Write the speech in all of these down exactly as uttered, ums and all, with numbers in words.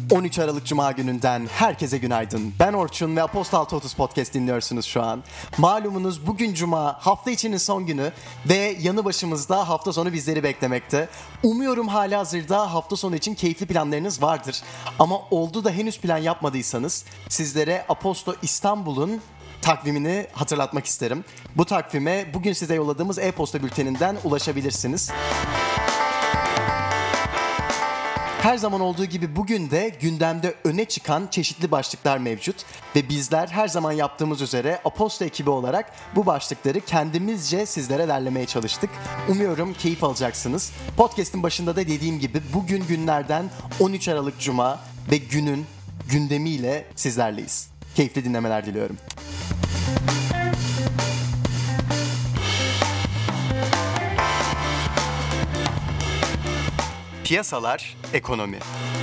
on üç Aralık Cuma gününden herkese günaydın. Ben Orçun ve Aposto altı otuz Podcast dinliyorsunuz şu an. Malumunuz bugün Cuma, hafta içinin son günü ve yanı başımızda hafta sonu bizleri beklemekte. Umuyorum halihazırda hafta sonu için keyifli planlarınız vardır. Ama oldu da henüz plan yapmadıysanız sizlere Aposto İstanbul'un takvimini hatırlatmak isterim. Bu takvime bugün size yolladığımız e-posta bülteninden ulaşabilirsiniz. Her zaman olduğu gibi bugün de gündemde öne çıkan çeşitli başlıklar mevcut ve bizler her zaman yaptığımız üzere Aposto ekibi olarak bu başlıkları kendimizce sizlere derlemeye çalıştık. Umuyorum keyif alacaksınız. Podcast'in başında da dediğim gibi bugün günlerden on üç Aralık Cuma ve günün gündemiyle sizlerleyiz. Keyifli dinlemeler diliyorum. Piyasalar, ekonomi.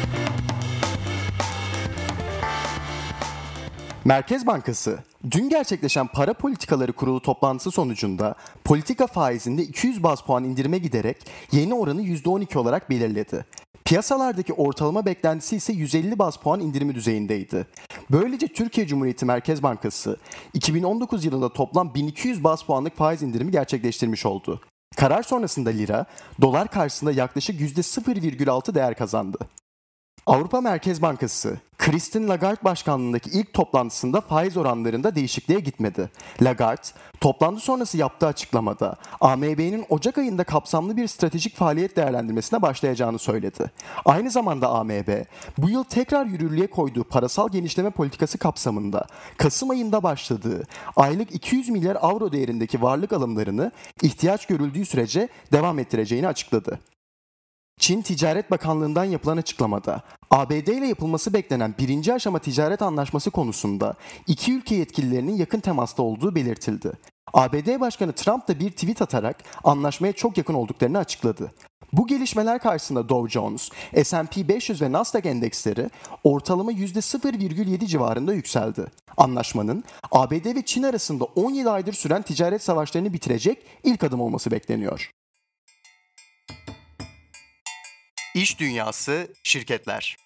Merkez Bankası, dün gerçekleşen Para Politikaları Kurulu toplantısı sonucunda politika faizinde iki yüz baz puan indirime giderek yeni oranı yüzde on iki olarak belirledi. Piyasalardaki ortalama beklentisi ise yüz elli baz puan indirimi düzeyindeydi. Böylece Türkiye Cumhuriyeti Merkez Bankası iki bin on dokuz yılında toplam bin iki yüz baz puanlık faiz indirimi gerçekleştirmiş oldu. Karar sonrasında lira, dolar karşısında yaklaşık yüzde sıfır virgül altı değer kazandı. Avrupa Merkez Bankası, Christine Lagarde başkanlığındaki ilk toplantısında faiz oranlarında değişikliğe gitmedi. Lagarde, toplantı sonrası yaptığı açıklamada A M B'nin Ocak ayında kapsamlı bir stratejik faaliyet değerlendirmesine başlayacağını söyledi. Aynı zamanda A M B, bu yıl tekrar yürürlüğe koyduğu parasal genişleme politikası kapsamında Kasım ayında başladığı aylık iki yüz milyar avro değerindeki varlık alımlarını ihtiyaç görüldüğü sürece devam ettireceğini açıkladı. Çin Ticaret Bakanlığı'ndan yapılan açıklamada A B D ile yapılması beklenen birinci aşama ticaret anlaşması konusunda iki ülke yetkililerinin yakın temasta olduğu belirtildi. A B D Başkanı Trump da bir tweet atarak anlaşmaya çok yakın olduklarını açıkladı. Bu gelişmeler karşısında Dow Jones, S and P beş yüz ve Nasdaq endeksleri ortalama yüzde sıfır virgül yedi civarında yükseldi. Anlaşmanın A B D ve Çin arasında on yedi aydır süren ticaret savaşlarını bitirecek ilk adım olması bekleniyor. İş dünyası, şirketler.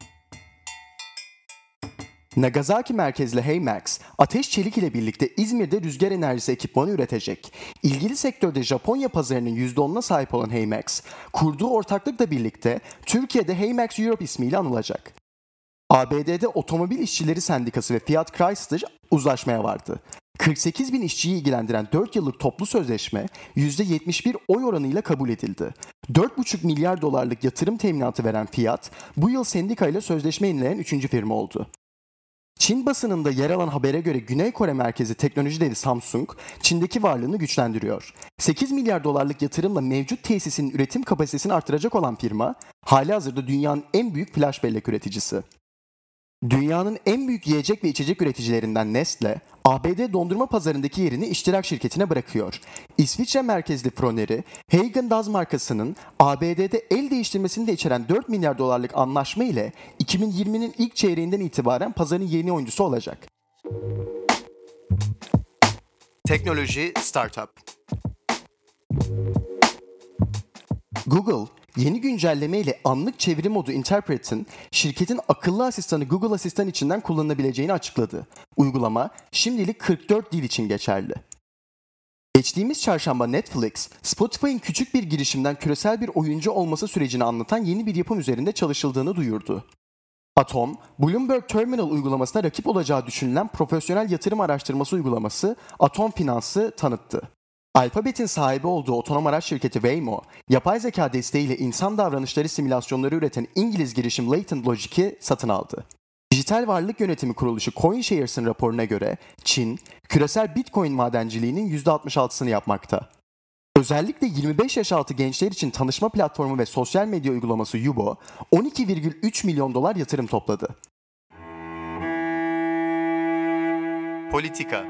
Nagasaki merkezli Heymax, Ateş Çelik ile birlikte İzmir'de rüzgar enerjisi ekipmanı üretecek. İlgili sektörde Japonya pazarının yüzde onuna sahip olan Heymax, kurduğu ortaklıkla birlikte Türkiye'de Heymax Europe ismiyle anılacak. A B D'de Otomobil İşçileri Sendikası ve Fiat Chrysler uzlaşmaya vardı. kırk sekiz bin işçiyi ilgilendiren dört yıllık toplu sözleşme yüzde yetmiş bir oy oranıyla kabul edildi. dört buçuk milyar dolarlık yatırım teminatı veren Fiat, bu yıl sendika ile sözleşme yenileyen üçüncü firma oldu. Çin basınında yer alan habere göre Güney Kore merkezi teknoloji devi Samsung, Çin'deki varlığını güçlendiriyor. sekiz milyar dolarlık yatırımla mevcut tesisinin üretim kapasitesini artıracak olan firma, halihazırda dünyanın en büyük flash bellek üreticisi. Dünyanın en büyük yiyecek ve içecek üreticilerinden Nestle, A B D dondurma pazarındaki yerini iştirak şirketine bırakıyor. İsviçre merkezli Froneri, Häagen-Dazs markasının A B D'de el değiştirmesini de içeren dört milyar dolarlık anlaşma ile iki bin yirminin ilk çeyreğinden itibaren pazarın yeni oyuncusu olacak. Teknoloji, startup. Google, yeni güncelleme ile anlık çeviri modu Interpret'in şirketin akıllı asistanı Google Asistan içinden kullanılabileceğini açıkladı. Uygulama şimdilik kırk dört dil için geçerli. Geçtiğimiz çarşamba Netflix, Spotify'ın küçük bir girişimden küresel bir oyuncu olması sürecini anlatan yeni bir yapım üzerinde çalışıldığını duyurdu. Atom, Bloomberg Terminal uygulamasına rakip olacağı düşünülen profesyonel yatırım araştırması uygulaması Atom Finans'ı tanıttı. Alphabet'in sahibi olduğu otonom araç şirketi Waymo, yapay zeka desteğiyle insan davranışları simülasyonları üreten İngiliz girişim Latent Logic'i satın aldı. Dijital Varlık Yönetimi Kuruluşu CoinShares'ın raporuna göre Çin, küresel Bitcoin madenciliğinin yüzde altmış altısını yapmakta. Özellikle yirmi beş yaş altı gençler için tanışma platformu ve sosyal medya uygulaması Yubo, on iki virgül üç milyon dolar yatırım topladı. Politika.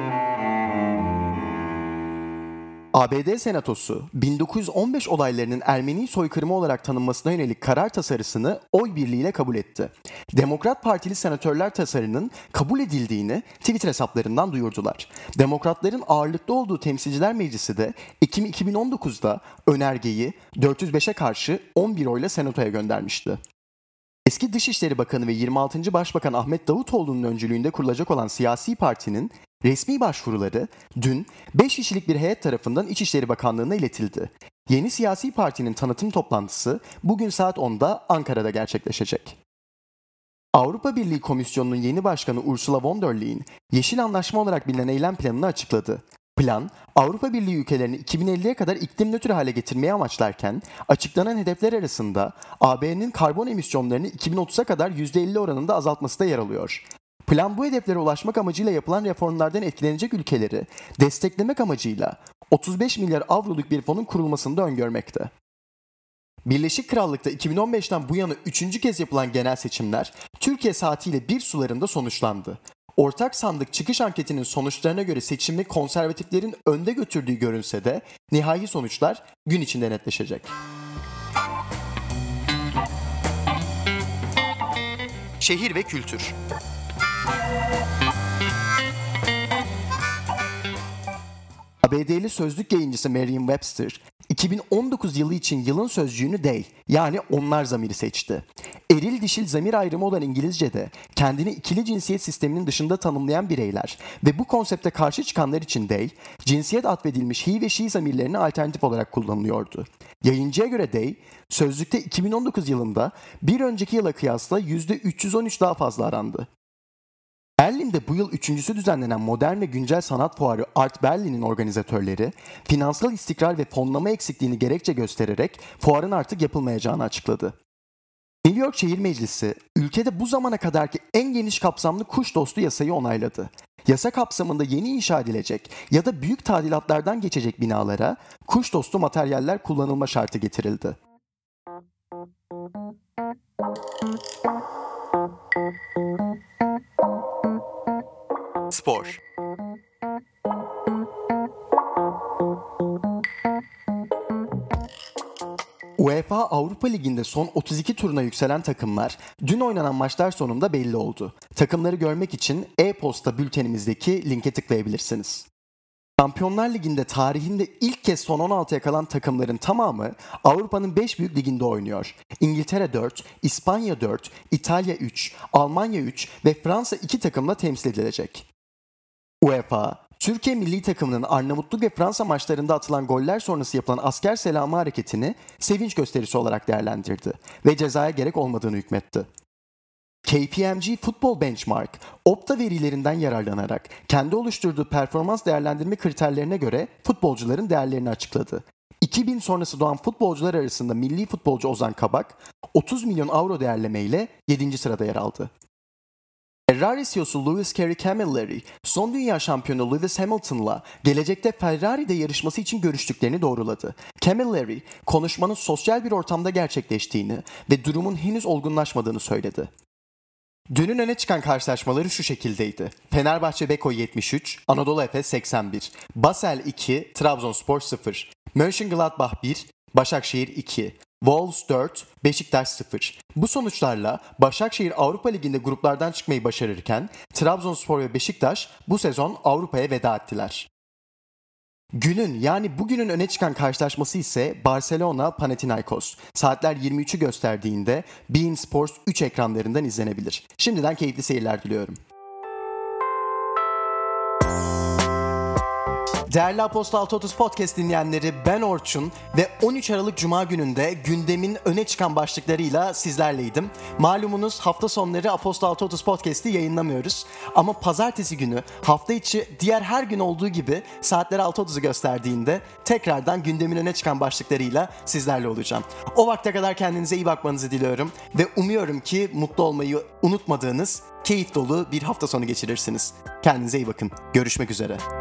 A B D Senatosu, bin dokuz yüz on beş olaylarının Ermeni soykırımı olarak tanınmasına yönelik karar tasarısını oy birliğiyle kabul etti. Demokrat Partili senatörler tasarının kabul edildiğini Twitter hesaplarından duyurdular. Demokratların ağırlıklı olduğu Temsilciler Meclisi de Ekim iki bin on dokuzda önergeyi dört yüz beşe karşı on bir oyla Senato'ya göndermişti. Eski Dışişleri Bakanı ve yirmi altıncı Başbakan Ahmet Davutoğlu'nun öncülüğünde kurulacak olan siyasi partinin resmi başvuruları dün beş kişilik bir heyet tarafından İçişleri Bakanlığı'na iletildi. Yeni siyasi partinin tanıtım toplantısı bugün saat onda Ankara'da gerçekleşecek. Avrupa Birliği Komisyonu'nun yeni başkanı Ursula von der Leyen, Yeşil Anlaşma olarak bilinen eylem planını açıkladı. Plan, Avrupa Birliği ülkelerini iki bin elliye kadar iklim nötr hale getirmeyi amaçlarken, açıklanan hedefler arasında A B'nin karbon emisyonlarını iki bin otuza kadar yüzde elli oranında azaltması da yer alıyor. Plan bu hedeflere ulaşmak amacıyla yapılan reformlardan etkilenecek ülkeleri desteklemek amacıyla otuz beş milyar avroluk bir fonun kurulmasını da öngörmekte. Birleşik Krallık'ta iki bin on beşten bu yana üçüncü kez yapılan genel seçimler Türkiye saatiyle bir sularında sonuçlandı. Ortak sandık çıkış anketinin sonuçlarına göre seçimi konservatiflerin önde götürdüğü görünse de nihai sonuçlar gün içinde netleşecek. Şehir ve kültür. A B D'li sözlük yayıncısı Merriam-Webster, iki bin on dokuz yılı için yılın sözcüğünü they, yani onlar zamiri seçti. Eril dişil zamir ayrımı olan İngilizce'de kendini ikili cinsiyet sisteminin dışında tanımlayan bireyler ve bu konsepte karşı çıkanlar için they, cinsiyet atfedilmiş he ve she zamirlerine alternatif olarak kullanılıyordu. Yayıncıya göre they, sözlükte iki bin on dokuz yılında bir önceki yıla kıyasla yüzde üç yüz on üç daha fazla arandı. Berlin'de bu yıl üçüncüsü düzenlenen modern ve güncel sanat fuarı Art Berlin'in organizatörleri, finansal istikrar ve fonlama eksikliğini gerekçe göstererek fuarın artık yapılmayacağını açıkladı. New York Şehir Meclisi, ülkede bu zamana kadarki en geniş kapsamlı kuş dostu yasayı onayladı. Yasa kapsamında yeni inşa edilecek ya da büyük tadilatlardan geçecek binalara kuş dostu materyaller kullanılma şartı getirildi. Spor. UEFA Avrupa Ligi'nde son otuz iki turuna yükselen takımlar dün oynanan maçlar sonunda belli oldu. Takımları görmek için e-posta bültenimizdeki linke tıklayabilirsiniz. Şampiyonlar Ligi'nde tarihinde ilk kez son on altıya kalan takımların tamamı Avrupa'nın beş büyük liginde oynuyor. İngiltere dört, İspanya dört, İtalya üç, Almanya üç ve Fransa iki takımla temsil edilecek. UEFA, Türkiye milli takımının Arnavutluk ve Fransa maçlarında atılan goller sonrası yapılan asker selamı hareketini sevinç gösterisi olarak değerlendirdi ve cezaya gerek olmadığını hükmetti. K P M G Football Benchmark, Opta verilerinden yararlanarak kendi oluşturduğu performans değerlendirme kriterlerine göre futbolcuların değerlerini açıkladı. iki bin sonrası doğan futbolcular arasında milli futbolcu Ozan Kabak, otuz milyon avro değerlemeyle yedinci sırada yer aldı. Ferrari C E O'su Lewis Carey Camilleri, son dünya şampiyonu Lewis Hamilton'la gelecekte Ferrari'de yarışması için görüştüklerini doğruladı. Camilleri, konuşmanın sosyal bir ortamda gerçekleştiğini ve durumun henüz olgunlaşmadığını söyledi. Dünün öne çıkan karşılaşmaları şu şekildeydi. Fenerbahçe Beko yetmiş üç, Anadolu Efes seksen bir, Basel iki, Trabzonspor sıfır, Mönchengladbach bir, Başakşehir iki, Wolves dört, Beşiktaş sıfır. Bu sonuçlarla Başakşehir Avrupa Ligi'nde gruplardan çıkmayı başarırken Trabzonspor ve Beşiktaş bu sezon Avrupa'ya veda ettiler. Günün yani bugünün öne çıkan karşılaşması ise Barcelona-Panathinaikos. Saatler yirmi üçü gösterdiğinde beIN Sports üç ekranlarından izlenebilir. Şimdiden keyifli seyirler diliyorum. Değerli Apostol altı otuz Podcast dinleyenleri, ben Orçun ve on üç Aralık Cuma gününde gündemin öne çıkan başlıklarıyla sizlerleydim. Malumunuz hafta sonları Apostol altı otuz Podcast'i yayınlamıyoruz. Ama pazartesi günü hafta içi diğer her gün olduğu gibi saatler altı otuzu gösterdiğinde tekrardan gündemin öne çıkan başlıklarıyla sizlerle olacağım. O vakte kadar kendinize iyi bakmanızı diliyorum ve umuyorum ki mutlu olmayı unutmadığınız, keyif dolu bir hafta sonu geçirirsiniz. Kendinize iyi bakın. Görüşmek üzere.